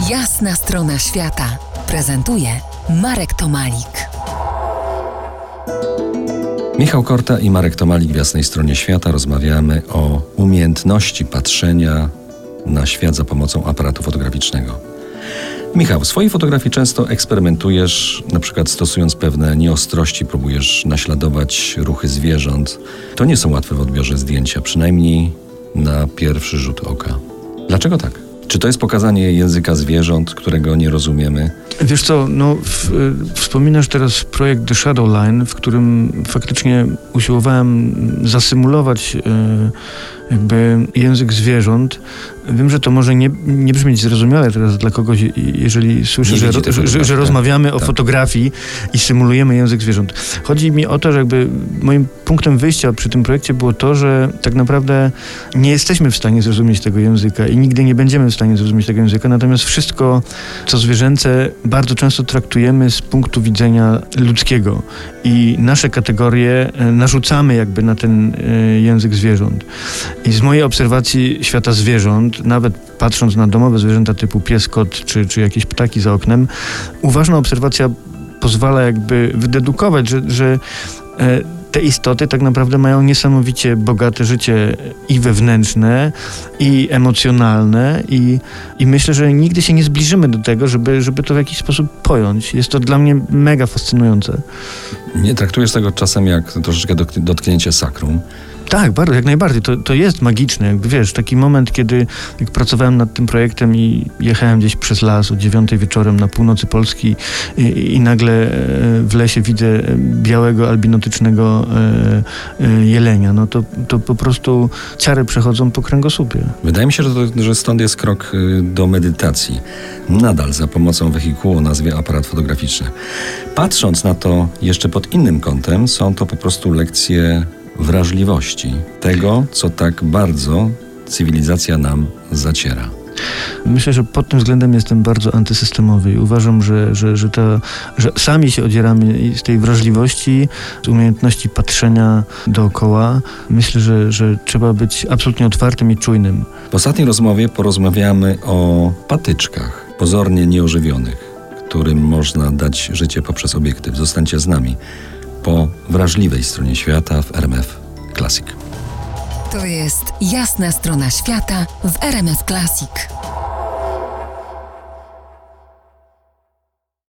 Jasna strona świata prezentuje Marek Tomalik. Michał Korta i Marek Tomalik w Jasnej stronie świata rozmawiamy o umiejętności patrzenia na świat za pomocą aparatu fotograficznego. Michał, w swojej fotografii często eksperymentujesz, na przykład stosując pewne nieostrości, próbujesz naśladować ruchy zwierząt. To nie są łatwe w odbiorze zdjęcia, przynajmniej na pierwszy rzut oka. Dlaczego tak? Czy to jest pokazanie języka zwierząt, którego nie rozumiemy? Wiesz co, wspominasz teraz projekt The Shadow Line, w którym faktycznie usiłowałem zasymulować jakby język zwierząt. Wiem, że to może nie brzmieć zrozumiałe teraz dla kogoś, jeżeli słyszę, że rozmawiamy o fotografii i symulujemy język zwierząt. Chodzi mi o to, że jakby moim punktem wyjścia przy tym projekcie było to, że tak naprawdę nie jesteśmy w stanie zrozumieć tego języka i nigdy nie będziemy w stanie zrozumieć tego języka, natomiast wszystko, co zwierzęce, bardzo często traktujemy z punktu widzenia ludzkiego i nasze kategorie narzucamy jakby na ten język zwierząt. I z mojej obserwacji świata zwierząt, nawet patrząc na domowe zwierzęta typu pies, kot czy jakieś ptaki za oknem, uważna obserwacja pozwala jakby wydedukować, że te istoty tak naprawdę mają niesamowicie bogate życie i wewnętrzne, i emocjonalne i myślę, że nigdy się nie zbliżymy do tego, żeby to w jakiś sposób pojąć. Jest to dla mnie mega fascynujące. Nie traktujesz tego czasem jak troszeczkę dotknięcie sakrum? Tak, bardzo, jak najbardziej. To jest magiczne. Jakby wiesz, taki moment, jak pracowałem nad tym projektem i jechałem gdzieś przez las o 9 wieczorem na północy Polski i nagle w lesie widzę białego, albinotycznego jelenia. No to po prostu ciary przechodzą po kręgosłupie. Wydaje mi się, że stąd jest krok do medytacji. Nadal za pomocą wehikułu o nazwie aparat fotograficzny. Patrząc na to jeszcze pod innym kątem, są to po prostu lekcje wrażliwości, tego, co tak bardzo cywilizacja nam zaciera. Myślę, że pod tym względem jestem bardzo antysystemowy i uważam, że sami się odzieramy z tej wrażliwości, z umiejętności patrzenia dookoła. Myślę, że trzeba być absolutnie otwartym i czujnym. W ostatniej rozmowie porozmawiamy o patyczkach, pozornie nieożywionych, którym można dać życie poprzez obiektyw. Zostańcie z nami po wrażliwej stronie świata w RMF Classic. To jest Jasna strona świata w RMF Classic.